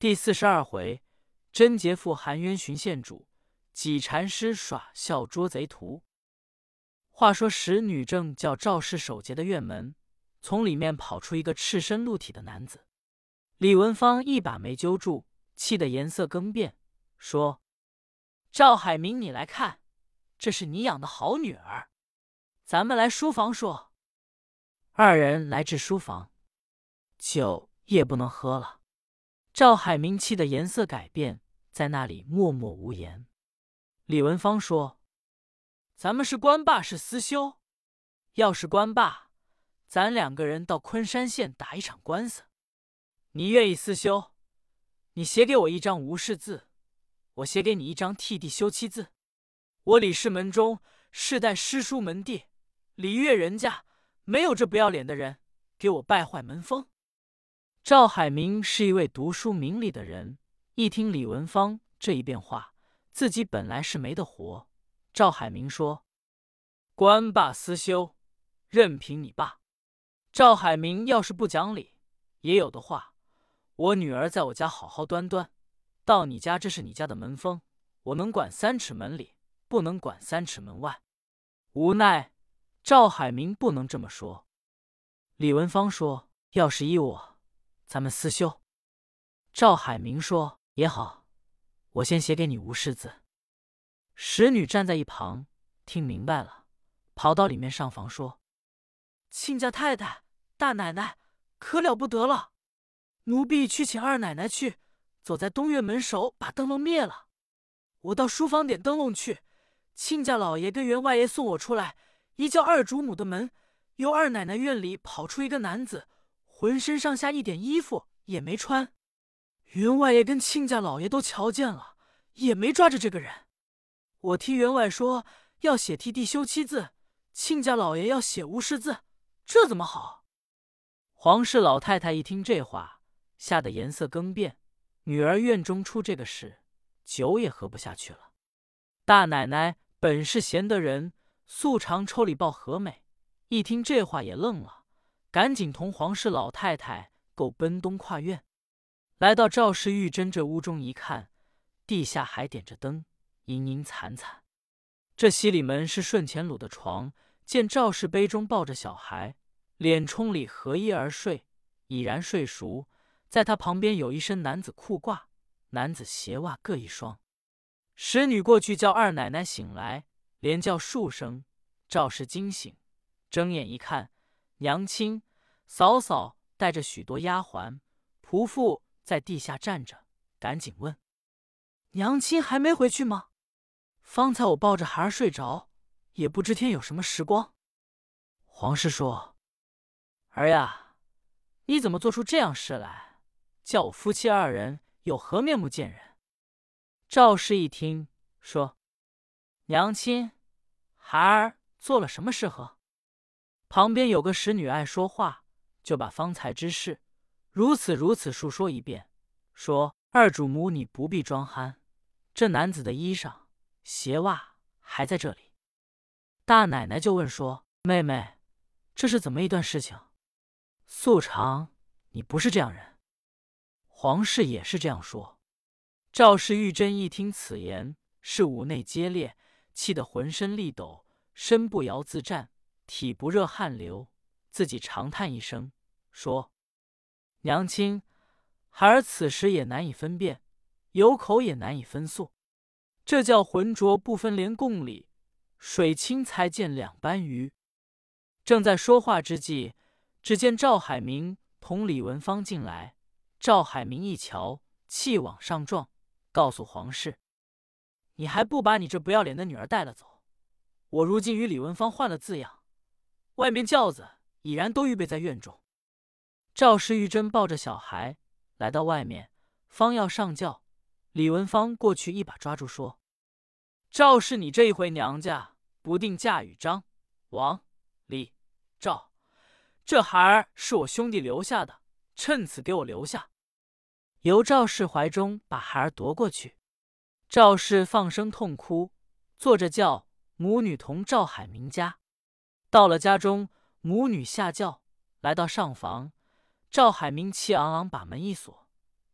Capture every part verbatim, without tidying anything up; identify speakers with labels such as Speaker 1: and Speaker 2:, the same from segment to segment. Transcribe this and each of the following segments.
Speaker 1: 第四十二回，贞节赴含冤寻县主，几禅师耍笑捉贼图。话说使女正叫赵氏守节的院门，从里面跑出一个赤身露体的男子。李文芳一把没揪住，气得颜色更变，说：“赵海明，你来看，这是你养的好女儿。咱们来书房说。”二人来至书房，酒也不能喝了。赵海明气得颜色改变，在那里默默无言。李文芳说：“咱们是官罢是私修？要是官罢，咱两个人到昆山县打一场官司。你愿意私修，你写给我一张无事字，我写给你一张替弟休妻字。我李氏门中世代诗书门第，李月人家没有这不要脸的人给我败坏门风。”赵海明是一位读书明理的人，一听李文芳这一变话，自己本来是没得活。赵海明说：“官罢私修，任凭你罢。赵海明要是不讲理，也有的话，我女儿在我家好好端端，到你家这是你家的门风，我能管三尺门里，不能管三尺门外。”无奈赵海明不能这么说。李文芳说：“要是依我，咱们私修。”赵海明说：“也好，我先写给你无事字。”使女站在一旁听明白了，跑到里面上房说：“亲家太太、大奶奶，可了不得了！奴婢去请二奶奶去，走在东院门首，把灯笼灭了。我到书房点灯笼去，亲家老爷跟员外爷送我出来，一叫二主母的门，由二奶奶院里跑出一个男子，浑身上下一点衣服也没穿。员外爷跟亲家老爷都瞧见了，也没抓着这个人。我替员外说要写替弟休妻字，亲家老爷要写无事字，这怎么好？”黄氏老太太一听这话，吓得颜色更变，女儿院中出这个事，酒也喝不下去了。大奶奶本是贤德人，素常抽礼报和美，一听这话也愣了，赶紧同黄氏老太太够奔东跨院，来到赵氏玉珍这屋中一看，地下还点着灯，阴阴惨惨。这西里门是顺前鲁的床，见赵氏杯中抱着小孩，脸冲里合衣而睡，已然睡熟。在他旁边有一身男子裤褂，男子鞋袜各一双。使女过去叫二奶奶醒来，连叫数声，赵氏惊醒，睁眼一看，娘亲、嫂嫂带着许多丫鬟、仆妇在地下站着，赶紧问：“娘亲还没回去吗？方才我抱着孩儿睡着，也不知天有什么时光。”黄氏说：“儿呀，你怎么做出这样事来，叫我夫妻二人有何面目见人？”赵氏一听说：“娘亲，孩儿做了什么事呵？”旁边有个使女爱说话，就把方才之事如此如此述说一遍，说：“二主母你不必装憨，这男子的衣裳鞋袜还在这里。”大奶奶就问说：“妹妹，这是怎么一段事情？素常你不是这样人。”黄氏也是这样说。赵氏玉珍一听此言，是五内皆裂，气得浑身力抖，身不摇自站，体不热汗流，自己长叹一声，说：“娘亲，孩儿此时也难以分辨，有口也难以分诉。这叫浑浊不分连共里，水清才见两般鱼。”正在说话之际，只见赵海明同李文芳进来。赵海明一瞧，气往上撞，告诉黄氏：“你还不把你这不要脸的女儿带了走？我如今与李文芳换了字样，外面轿子已然都预备在院中。”赵氏玉珍抱着小孩来到外面，方要上轿，李文芳过去一把抓住，说：“赵氏，你这一回娘家不定嫁与张、王、李、赵，这孩儿是我兄弟留下的，趁此给我留下。”由赵氏怀中把孩儿夺过去。赵氏放声痛哭，坐着轿，母女同赵海明家。到了家中，母女下轿，来到上房，赵海明气昂昂把门一锁，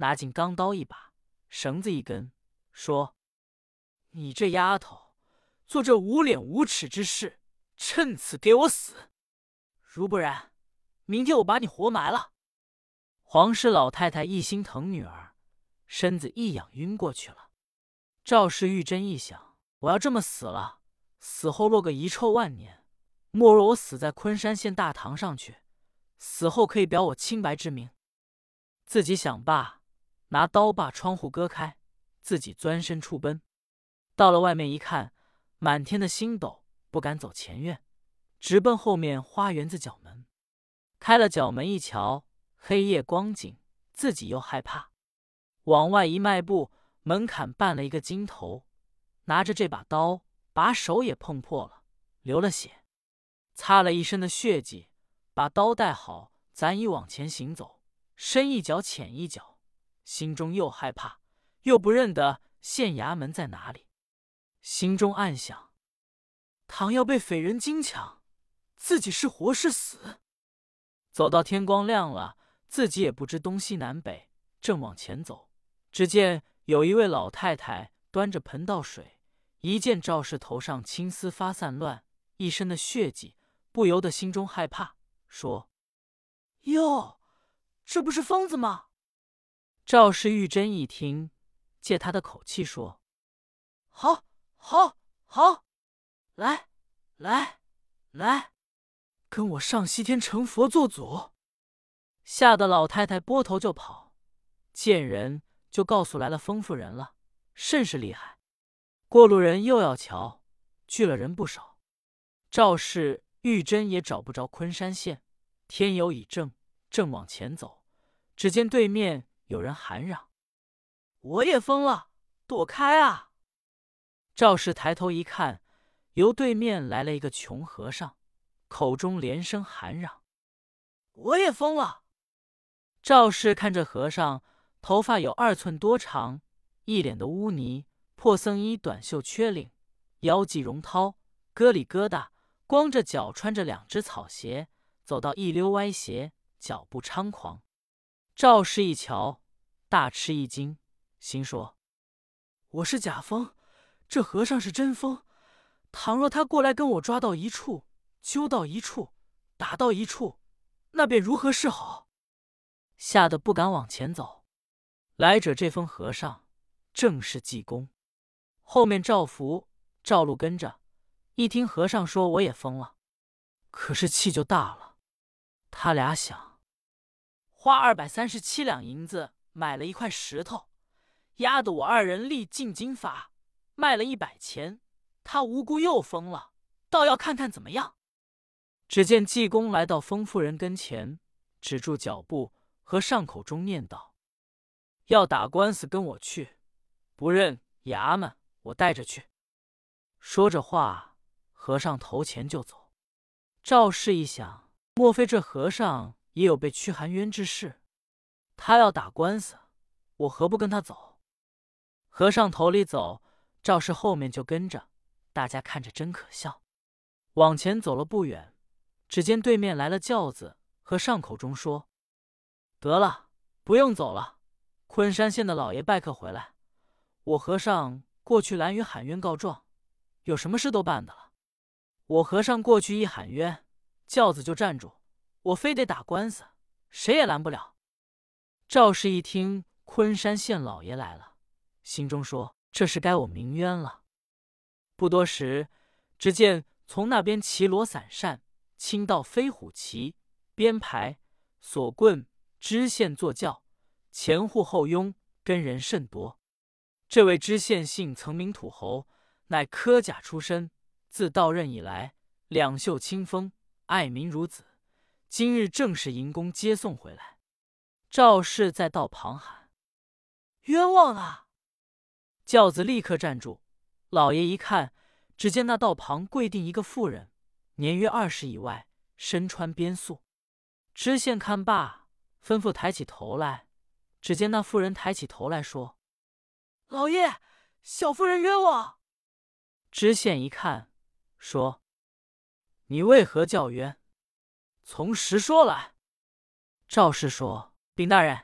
Speaker 1: 拿进钢刀一把，绳子一根，说：“你这丫头，做这无脸无耻之事，趁此给我死！如不然，明天我把你活埋了。”黄氏老太太一心疼女儿，身子一仰晕过去了。赵氏玉珍一想，我要这么死了，死后落个遗臭万年，莫若我死在昆山县大堂上去，死后可以表我清白之名。自己想罢，拿刀把窗户割开，自己钻身出奔。到了外面一看，满天的星斗，不敢走前院，直奔后面花园子角门。开了角门一瞧，黑夜光景，自己又害怕，往外一迈步，门槛绊了一个筋头，拿着这把刀，把手也碰破了，流了血，擦了一身的血迹，把刀带好，咱已往前行走，深一脚浅一脚，心中又害怕，又不认得县衙门在哪里，心中暗想：倘要被匪人惊抢，自己是活是死？走到天光亮了，自己也不知东西南北，正往前走，只见有一位老太太端着盆倒水，一见赵氏头上青丝发散乱，一身的血迹，不由得心中害怕，说：“哟，这不是疯子吗？”赵氏玉珍一听，借他的口气说：“好，好，好，来，来，来，跟我上西天成佛做祖。”吓得老太太拨头就跑，见人就告诉来了丰夫人了，甚是厉害。过路人又要瞧，聚了人不少。赵氏玉珍也找不着昆山县，天有已正，正往前走，只见对面有人喊嚷：“我也疯了，躲开啊！”赵氏抬头一看，由对面来了一个穷和尚，口中连声喊嚷：“我也疯了！”赵氏看这和尚，头发有二寸多长，一脸的污泥，破僧衣短袖缺领，腰系绒绦，疙里疙瘩，光着脚穿着两只草鞋，走到一溜歪斜，脚步猖狂。赵氏一瞧，大吃一惊，心说：“我是假疯，这和尚是真疯。倘若他过来跟我抓到一处，揪到一处，打到一处，那便如何是好？”吓得不敢往前走。来者这疯和尚正是济公，后面赵福、赵禄跟着，一听和尚说我也疯了，可是气就大了。他俩想，花二百三十七两银子买了一块石头，压得我二人历尽经法，卖了一百钱，他无辜又疯了，倒要看看怎么样。只见济公来到丰夫人跟前，止住脚步，和尚口中念道：“要打官司跟我去，不认衙门我带着去。”说着话，和尚投钱就走。赵氏一想，莫非这和尚也有被驱寒冤之事？他要打官司，我何不跟他走？和尚头里走，赵氏后面就跟着，大家看着真可笑。往前走了不远，只见对面来了轿子，和尚口中说：“得了，不用走了。昆山县的老爷拜客回来，我和尚过去蓝屿喊冤告状，有什么事都办的了。我和尚过去一喊冤，轿子就站住，我非得打官司，谁也拦不了。”赵氏一听昆山县老爷来了，心中说：“这是该我鸣冤了。”不多时，只见从那边旗罗伞扇，轻到飞虎旗、鞭牌、锁棍、知县坐轿，前护后拥，跟人甚多。这位知县姓曾名土侯，乃科甲出身，自到任以来，两袖清风，爱民如子。今日正是银公接送回来。赵氏在道旁喊：“冤枉啊！”轿子立刻站住。老爷一看，只见那道旁跪定一个妇人，年约二十以外，身穿边素。知县看罢，吩咐抬起头来。只见那妇人抬起头来说：“老爷，小妇人冤枉。”知县一看，说：“你为何叫冤？从实说来。”赵氏说：“禀大人，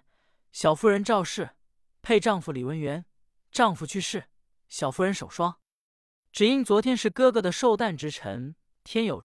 Speaker 1: 小妇人赵氏配丈夫李文元，丈夫去世，小妇人守双。只因昨天是哥哥的寿诞之辰，天有